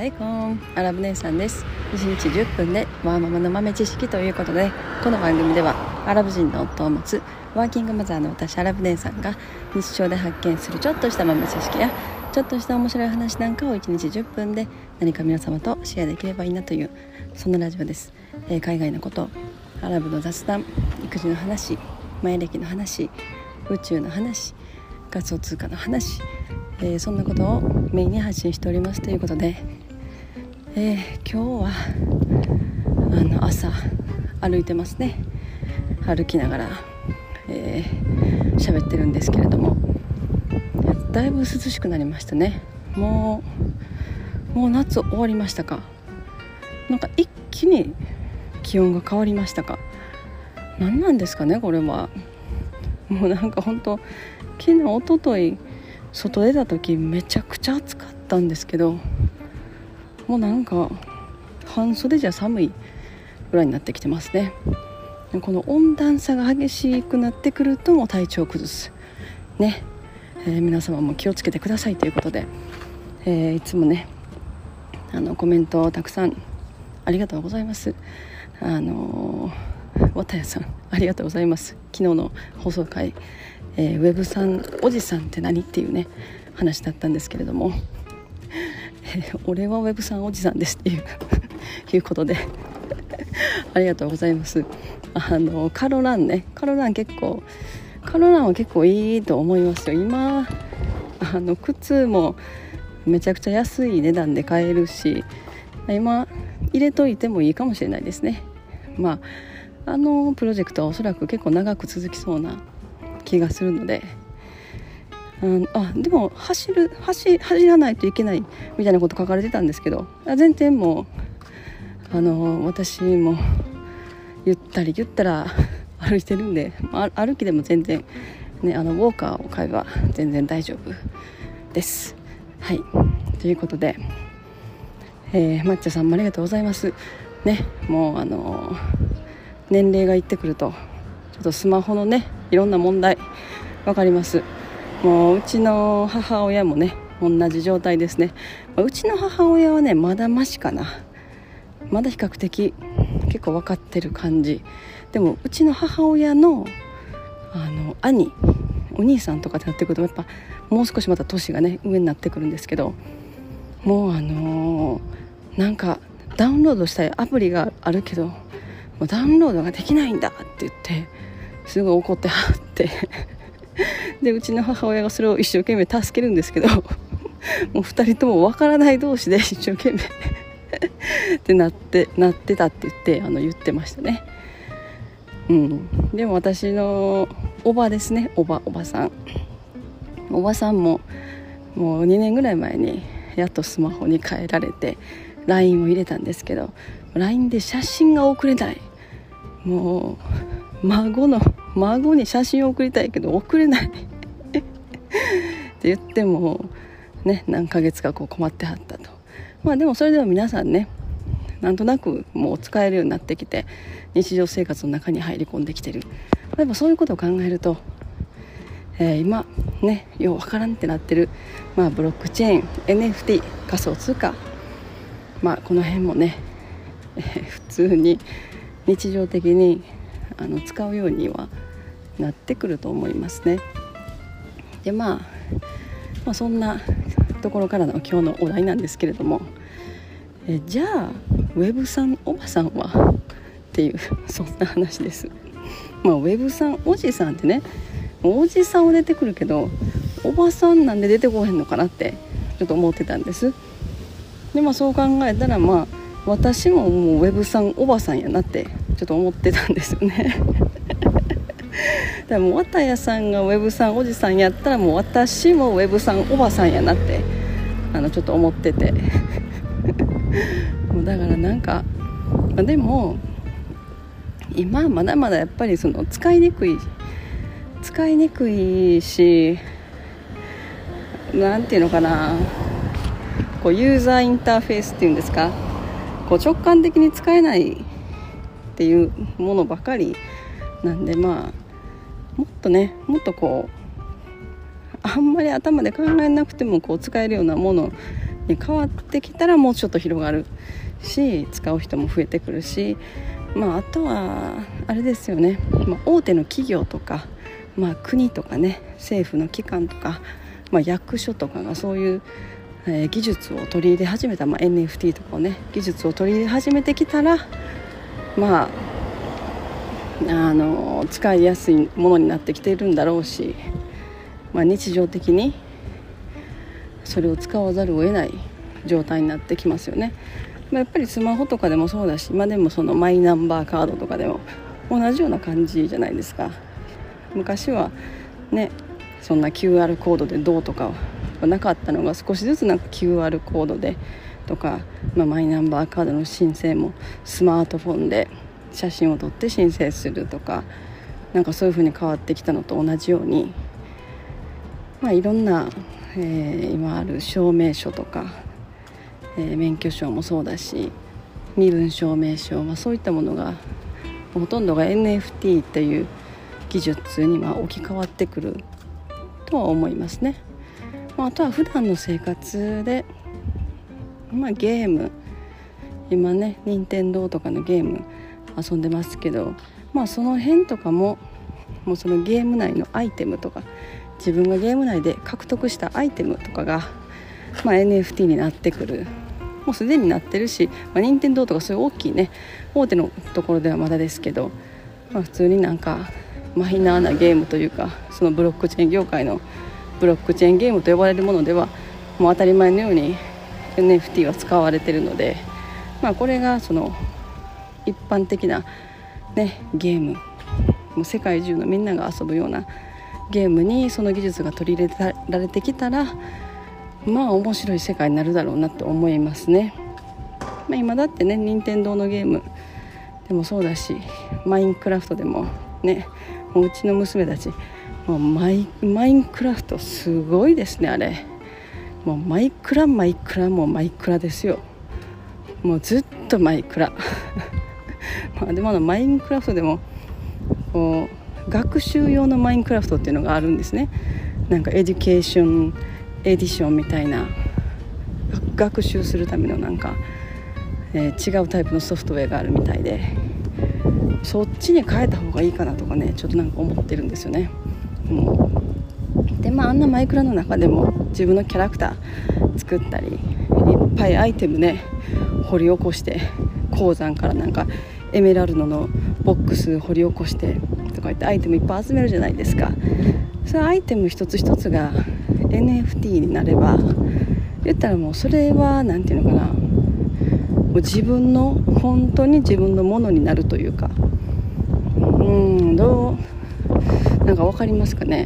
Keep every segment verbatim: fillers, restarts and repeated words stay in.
レイコン、アラブ姉さんです。いちにちじゅっぷんでワーママの豆知識ということで、この番組ではアラブ人の夫を持つワーキングマザーの私アラブ姉さんが日常で発見するちょっとした豆知識やちょっとした面白い話なんかをいちにちじゅっぷんで何か皆様とシェアできればいいなという、そんなラジオです。えー、海外のこと、アラブの雑談、育児の話、前歴の話、宇宙の話、仮想通貨の話、えー、そんなことをメインに発信しておりますということで、えー、今日はあの朝歩いてますね。歩きながらえー、喋ってるんですけれども、だいぶ涼しくなりましたね。もうもう夏終わりましたか。なんか一気に気温が変わりましたか。何なんですかねこれは。もうなんか本当昨日一昨日外出た時めちゃくちゃ暑かったんですけど、もうなんか半袖じゃ寒いぐらいになってきてますね。この温暖差が激しくなってくるともう体調を崩すね、えー、皆様も気をつけてくださいということで、えー、いつもねあのコメントをたくさんありがとうございます。あのー、綿谷さんありがとうございます。昨日の放送回、えー、ウェブさんおじさんって何っていうね話だったんですけれども、えー、俺はウェブさんおじさんですっていういうことでありがとうございます。あのカロランねカロラン結構カロランは結構いいと思いますよ。今あの靴もめちゃくちゃ安い値段で買えるし、今入れといてもいいかもしれないですね。まああのプロジェクトはおそらく結構長く続きそうな気がするので、うん、あでも走る 走, 走らないといけないみたいなこと書かれてたんですけど、全然もうあの私もゆったりゆったら歩いてるんで、歩きでも全然、ね、あのウォーカーを買えば全然大丈夫です。はいということで、えー、抹茶さんもありがとうございますね。もうあの年齢がいってくるとちょっとスマホのねいろんな問題わかります。もううちの母親もね同じ状態ですね。うちの母親はねまだマシかな、まだ比較的結構分かってる感じ。でもうちの母親のあの兄お兄さんとかってなってくるとやっぱもう少しまた年がね上になってくるんですけど、もうあのー、なんかダウンロードしたいアプリがあるけどもうダウンロードができないんだって言ってすごい怒ってはってでうちの母親がそれを一生懸命助けるんですけどもうふたりとも分からない同士で一生懸命ってなってなってたって言ってあの言ってましたね。うん、でも私のおばですね、おばおばさんおばさんももうにねんぐらい前にやっとスマホに変えられて ライン を入れたんですけど、 ライン で写真が送れない。もう孫の孫に写真を送りたいけど送れないって言ってもね何ヶ月かこう困ってはったと。まあでもそれでも皆さんねなんとなくもう使えるようになってきて日常生活の中に入り込んできてる。でもそういうことを考えると、えー、今ねようわからんってなってる、まあ、ブロックチェーン エヌエフティー 仮想通貨、まあこの辺もね、えー、普通に日常的にあの使うようにはなってくると思いますね。で、まあ、まあそんなところからの今日のお題なんですけれども、えじゃあウェブさんおばさんはっていうそんな話です。まあ、ウェブさんおじさんってねおじさんは出てくるけどおばさんなんで出てこへんのかなってちょっと思ってたんです。でまあそう考えたらまあ私ももうウェブさんおばさんやなってちょっと思ってたんですよねだからもう綿谷さんがウェブさんおじさんやったらもう私もウェブさんおばさんやなってあのちょっと思っててもうだからなんかでも今まだまだやっぱりその使いにくい使いにくいし、なんていうのかな、こうユーザーインターフェースっていうんですか、こう直感的に使えないっていうものばかりなんで、まあもっとねもっとこうあんまり頭で考えなくてもこう使えるようなものに変わってきたらもうちょっと広がるし、使う人も増えてくるし、まあ、あとはあれですよね、まあ、大手の企業とか、まあ、国とかね、政府の機関とか、まあ、役所とかがそういう、えー、技術を取り入れ始めた、まあ、エヌエフティー とかをね技術を取り入れ始めてきたら、まああの使いやすいものになってきているんだろうし、まあ、日常的にそれを使わざるを得ない状態になってきますよね。まあ、やっぱりスマホとかでもそうだし、今でもそのマイナンバーカードとかでも同じような感じじゃないですか。昔はね、そんな キューアール コードでどうとかはなかったのが、少しずつなんか キューアール コードでとか、まあ、マイナンバーカードの申請もスマートフォンで写真を撮って申請するとか、なんかそういう風に変わってきたのと同じように、まあ、いろんな、えー、今ある証明書とか、えー、免許証もそうだし、身分証明書、まあ、そういったものがほとんどが エヌエフティー っていう技術には置き換わってくるとは思いますね。まあ、あとは普段の生活で、まあ、ゲーム、今ね任天堂とかのゲーム遊んでますけど、まあ、その辺とかももうそのゲーム内のアイテムとか、自分がゲーム内で獲得したアイテムとかが、まあ、エヌエフティー になってくる、もうすでになってるし、まあ、任天堂とかそういう大きいね大手のところではまだですけど、まあ、普通になんかマイナーなゲームというか、そのブロックチェーン業界のブロックチェーンゲームと呼ばれるものではもう当たり前のように エヌエフティー は使われているので、まあ、これがその一般的な、ね、ゲーム、もう世界中のみんなが遊ぶようなゲームにその技術が取り入れられてきたら、まあ面白い世界になるだろうなと思いますね。まあ、今だってね任天堂のゲームでもそうだし、マインクラフトでもね、もううちの娘たちもうマイ、マインクラフトすごいですね。あれもうマイクラマイクラもうマイクラですよ。もうずっとマイクラまあでもあのマインクラフトでもこう学習用のマインクラフトっていうのがあるんですね。なんかエデュケーションエディションみたいな、学習するためのなんか、えー、違うタイプのソフトウェアがあるみたいで、そっちに変えた方がいいかなとかね、ちょっとなんか思ってるんですよね。もうで、まあ、あんなマイクラの中でも自分のキャラクター作ったり、いっぱいアイテムね掘り起こして、鉱山からなんかエメラルドのボックス掘り起こしてとか言ってアイテムいっぱい集めるじゃないですか。そのアイテム一つ一つが エヌエフティー になれば、言ったらもうそれはなんていうのかな、もう自分の本当に自分のものになるというか、うーんどうなんか分かりますかね。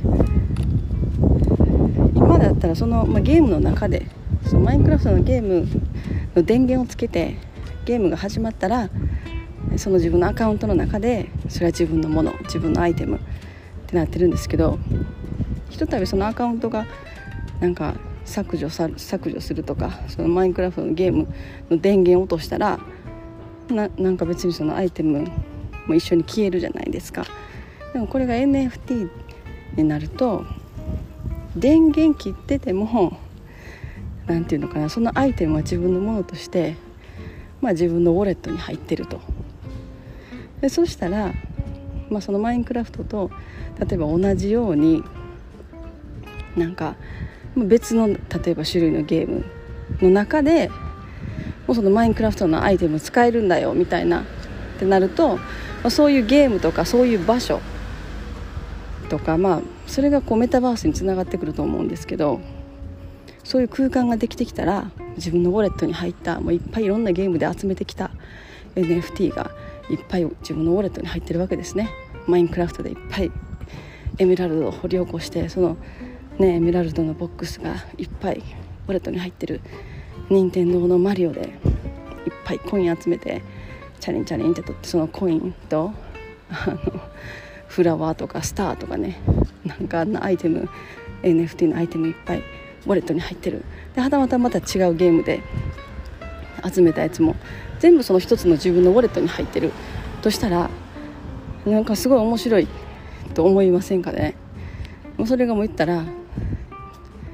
今だったらその、まあ、ゲームの中でそのマインクラフトのゲームの電源をつけてゲームが始まったら、その自分のアカウントの中でそれは自分のもの、自分のアイテムってなってるんですけど、ひとたびそのアカウントがなんか削除さ削除するとか、そのマインクラフトのゲームの電源を落としたら な, なんか別にそのアイテムも一緒に消えるじゃないですか。でもこれが エヌエフティー になると、電源切っててもなんていうのかな、そのアイテムは自分のものとして、まあ、自分のウォレットに入ってると。でそしたら、まあ、そのマインクラフトと例えば同じようになんか別の例えば種類のゲームの中でもうそのマインクラフトのアイテム使えるんだよみたいなってなると、まあ、そういうゲームとかそういう場所とか、まあそれがこうメタバースにつながってくると思うんですけど、そういう空間ができてきたら、自分のウォレットに入ったもういっぱいいろんなゲームで集めてきた エヌエフティー がいっぱい自分のウォレットに入ってるわけですね。マインクラフトでいっぱいエメラルドを掘り起こして、そのねエメラルドのボックスがいっぱいウォレットに入ってる。任天堂のマリオでいっぱいコイン集めてチャリンチャリンって取って、そのコインとあのフラワーとかスターとかね、なんかあんなアイテム エヌエフティー のアイテムいっぱいウォレットに入ってる。ではたまたまた違うゲームで集めたやつも全部その一つの自分のウォレットに入ってるとしたら、なんかすごい面白いと思いませんかね。もうそれがもう言ったら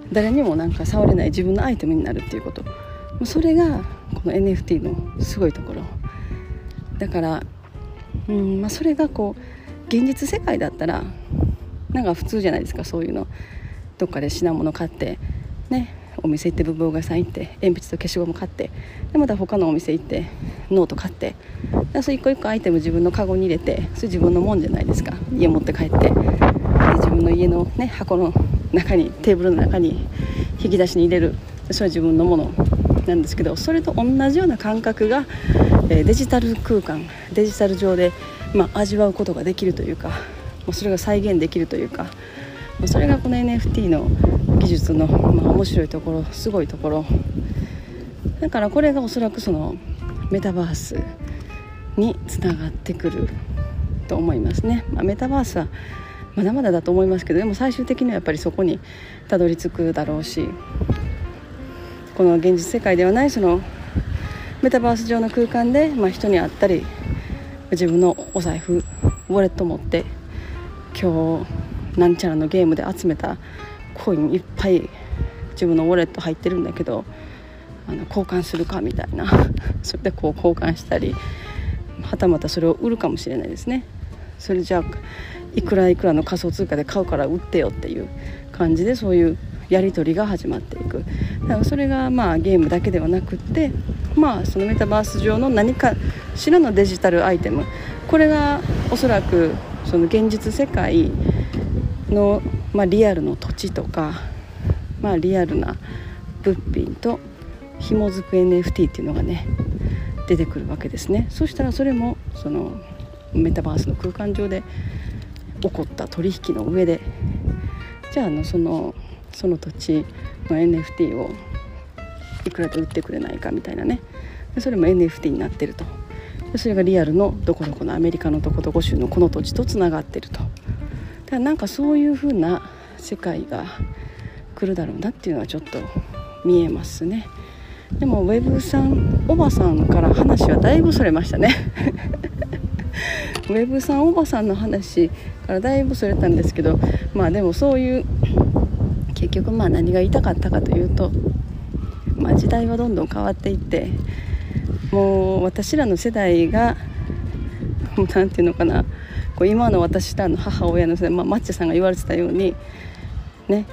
誰にもなんか触れない自分のアイテムになるっていうこと、それがこの エヌエフティー のすごいところだから、うんまあ、それがこう現実世界だったらなんか普通じゃないですか。そういうのどっかで品物買ってね、お店行って文房具屋さん行って鉛筆と消しゴム買って、でまた他のお店行ってノート買って、それ一個一個アイテム自分のカゴに入れて、それ自分のもんじゃないですか。家持って帰って、で自分の家の、ね、箱の中にテーブルの中に引き出しに入れる、それは自分のものなんですけど、それと同じような感覚がデジタル空間デジタル上で、まあ、味わうことができるというか、それが再現できるというか、それがこの エヌエフティー の技術の、まあ、面白いところ、すごいところだから、これがおそらくそのメタバースにつながってくると思いますね。まあ、メタバースはまだまだだと思いますけど、でも最終的にはやっぱりそこにたどり着くだろうし、この現実世界ではないそのメタバース上の空間で、まあ、人に会ったり、自分のお財布ウォレット持って、今日なんちゃらのゲームで集めたコインいっぱい自分のウォレット入ってるんだけど、あの交換するかみたいなそれでこう交換したり、はたまたそれを売るかもしれないですね。それじゃあいくらいくらの仮想通貨で買うから売ってよっていう感じで、そういうやり取りが始まっていく。だからそれがまあゲームだけではなくって、まあそのメタバース上の何かしらのデジタルアイテム、これがおそらくその現実世界の、まあ、リアルの土地とか、まあ、リアルな物品と紐づく エヌエフティー っていうのがね出てくるわけですね。そしたらそれもそのメタバースの空間上で起こった取引の上で、じゃあ、あのそのその土地の エヌエフティー をいくらで売ってくれないかみたいなね、それも エヌエフティー になってると。それがリアルのどこどこのアメリカのどこどこ州のこの土地とつながってると。だからなんかそういう風な世界が来るだろうなっていうのはちょっと見えますね。でもウェブさんおばさんから話はだいぶそれましたねウェブさんおばさんの話からだいぶそれたんですけど、まあでもそういう結局まあ何が言いたかったかというと、まあ、時代はどんどん変わっていって、もう私らの世代がなんていうのかな、こう今の私らの母親の世代、まあ、マッチさんが言われてたようにね、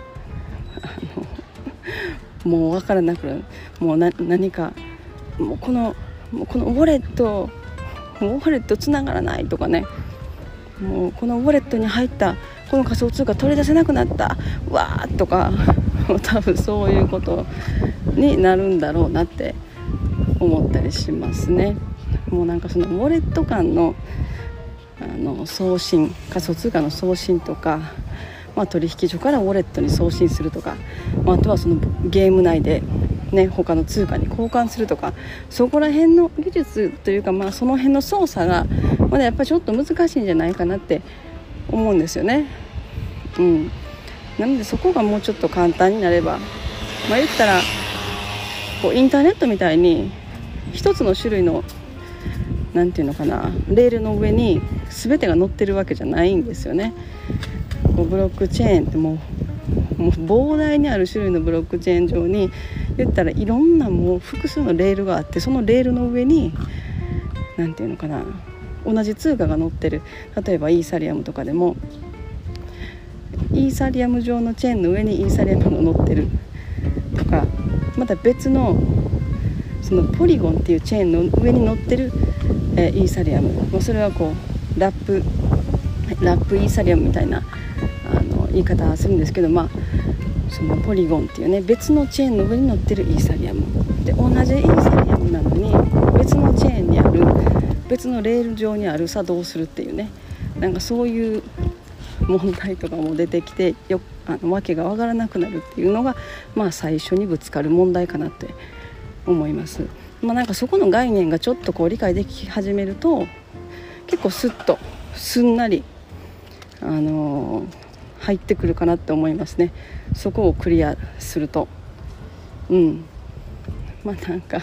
あのもう分からなくなる。もうな何かもうこのもうこのウォレットもうウォレットつながらないとかね、もうこのウォレットに入ったこの仮想通貨取り出せなくなったわーとか、多分そういうことになるんだろうなって思ったりしますね。もうなんかそのウォレット間のあの送信、仮想通貨の送信とか、まあ、取引所からウォレットに送信するとか、まあ、あとはそのゲーム内で、ね、他の通貨に交換するとか、そこら辺の技術というか、まあ、その辺の操作がまだやっぱりちょっと難しいんじゃないかなって思うんですよね。うん、なのでそこがもうちょっと簡単になれば、まあ、言ったらこうインターネットみたいに一つの種類のなんていうのかな、レールの上に全てが載ってるわけじゃないんですよね。こうブロックチェーンってもう、もう膨大にある種類のブロックチェーン上に言ったらいろんなもう複数のレールがあって、そのレールの上になんていうのかな、同じ通貨が載ってる。例えばイーサリアムとかでもイーサリアム上のチェーンの上にイーサリアムが載ってるとか、また別のそのポリゴンっていうチェーンの上に載ってる、えー、イーサリアム、まあ、それはこうラップラップイーサリアムみたいなあの言い方するんですけど、まあそのポリゴンっていうね別のチェーンの上に載ってるイーサリアムで、同じイーサリアムなのに別のチェーンにある別のレール上にあるさどうするっていうね、なんかそういう問題とかも出てきて、よあの訳が分からなくなるっていうのが、まあ、最初にぶつかる問題かなって思います。まあ、なんかそこの概念がちょっとこう理解でき始めると、結構スッとすんなり、あのー、入ってくるかなって思いますね。そこをクリアすると、うんまあなんか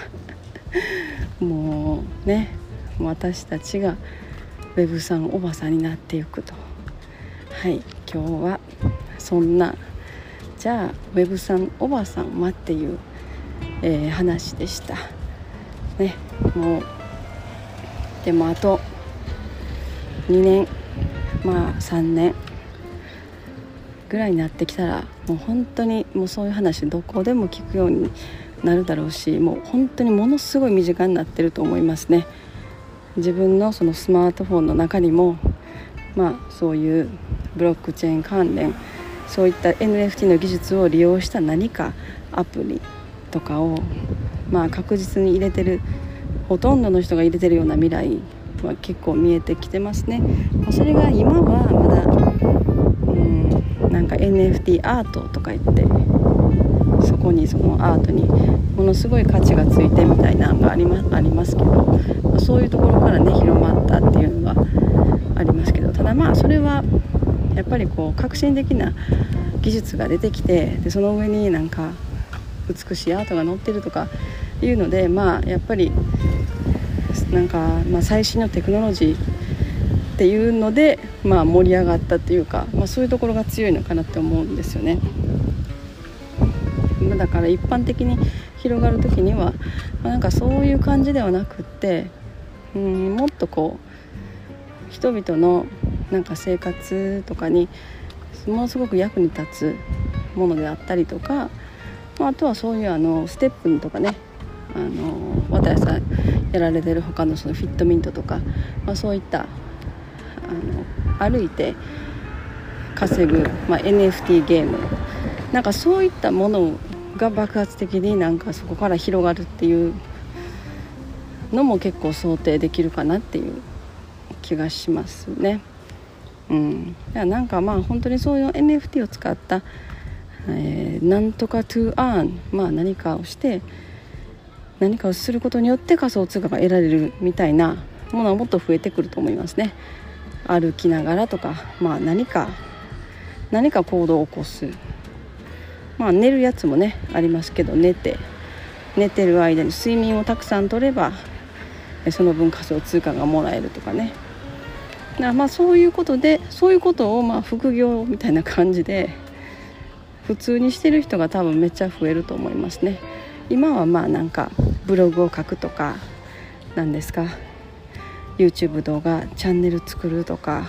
もうね、私たちがウェブさんおばさんになっていくと。はい、今日はそんなじゃあウェブさんおばさんはっていう、えー、話でしたね。もうでもあとにねん、まあさんねんぐらいになってきたら、もう本当にもうそういう話どこでも聞くようになるだろうし、もう本当にものすごい身近になってると思いますね。自分のそのスマートフォンの中にも、まあそういうブロックチェーン関連、そういった エヌエフティー の技術を利用した何かアプリとかを、まあ確実に入れてる、ほとんどの人が入れてるような未来は結構見えてきてますね。それが今はまだうんなんか エヌエフティー アートとか言って、そこにそのアートにものすごい価値がついてみたいなのがありま、ありますけど、そういうところからね広まったっていうのがありますけど、ただまあそれはやっぱりこう革新的な技術が出てきて、でその上になんか美しいアートが載ってるとかいうので、まあやっぱりなんか、まあ、最新のテクノロジーっていうので、まあ、盛り上がったっていうか、まあ、そういうところが強いのかなって思うんですよね。だから一般的に広がる時には、まあ、なんかそういう感じではなくって、うん、もっとこう人々のなんか生活とかにものすごく役に立つものであったりとか、まあ、あとはそういうあのステップとかね、あの渡谷さんやられてる他のそのフィットミントとか、まあ、そういったあの歩いて稼ぐ、まあ、エヌエフティー ゲーム、なんかそういったものが爆発的になんかそこから広がるっていうのも結構想定できるかなっていう気がしますね。うん、だからなんかまあ本当にそういう エヌエフティー を使った、えー、なんとか to earn、まあ何かをして何かをすることによって仮想通貨が得られるみたいなものはもっと増えてくると思いますね。歩きながらとか、まあ、何か何か行動を起こす、まあ、寝るやつもねありますけど、寝て寝てる間に睡眠をたくさん取ればその分仮想通貨がもらえるとかね。だからまあそういうことでそういうことをまあ副業みたいな感じで普通にしてる人が多分めっちゃ増えると思いますね。今はまあなんかブログを書くとか、なんですか YouTube 動画チャンネル作るとか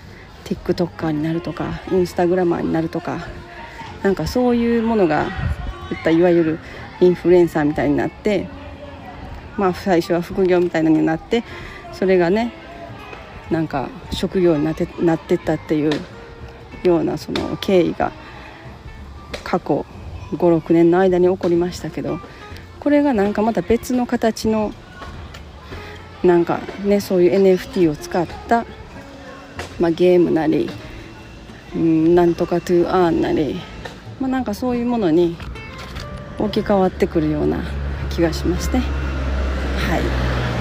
TikToker になるとか Instagrammer になるとか、なんかそういうものがいったいわゆるインフルエンサーみたいになって、まあ最初は副業みたいなのになって、それがねなんか職業になって、なってったっていうようなその経緯が過去ごろくねんの間に起こりましたけど、これがなんかまた別の形のなんかねそういう エヌエフティー を使った、まあ、ゲームなり、うん、なんとか to earn なり、まあ、なんかそういうものに置き換わってくるような気がしますね。はい、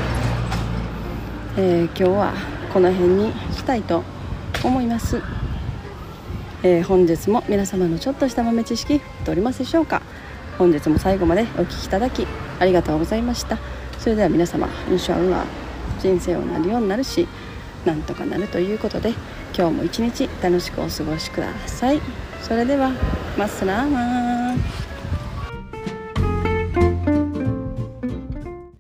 えー、今日はこの辺にしたいと思います。えー、本日も皆様のちょっとした豆知識振っておりますでしょうか。本日も最後までお聞きいただきありがとうございました。それでは皆様、インシャアラ人生をなるようになるしなんとかなるということで、今日も一日楽しくお過ごしください。それではマッサラーマー。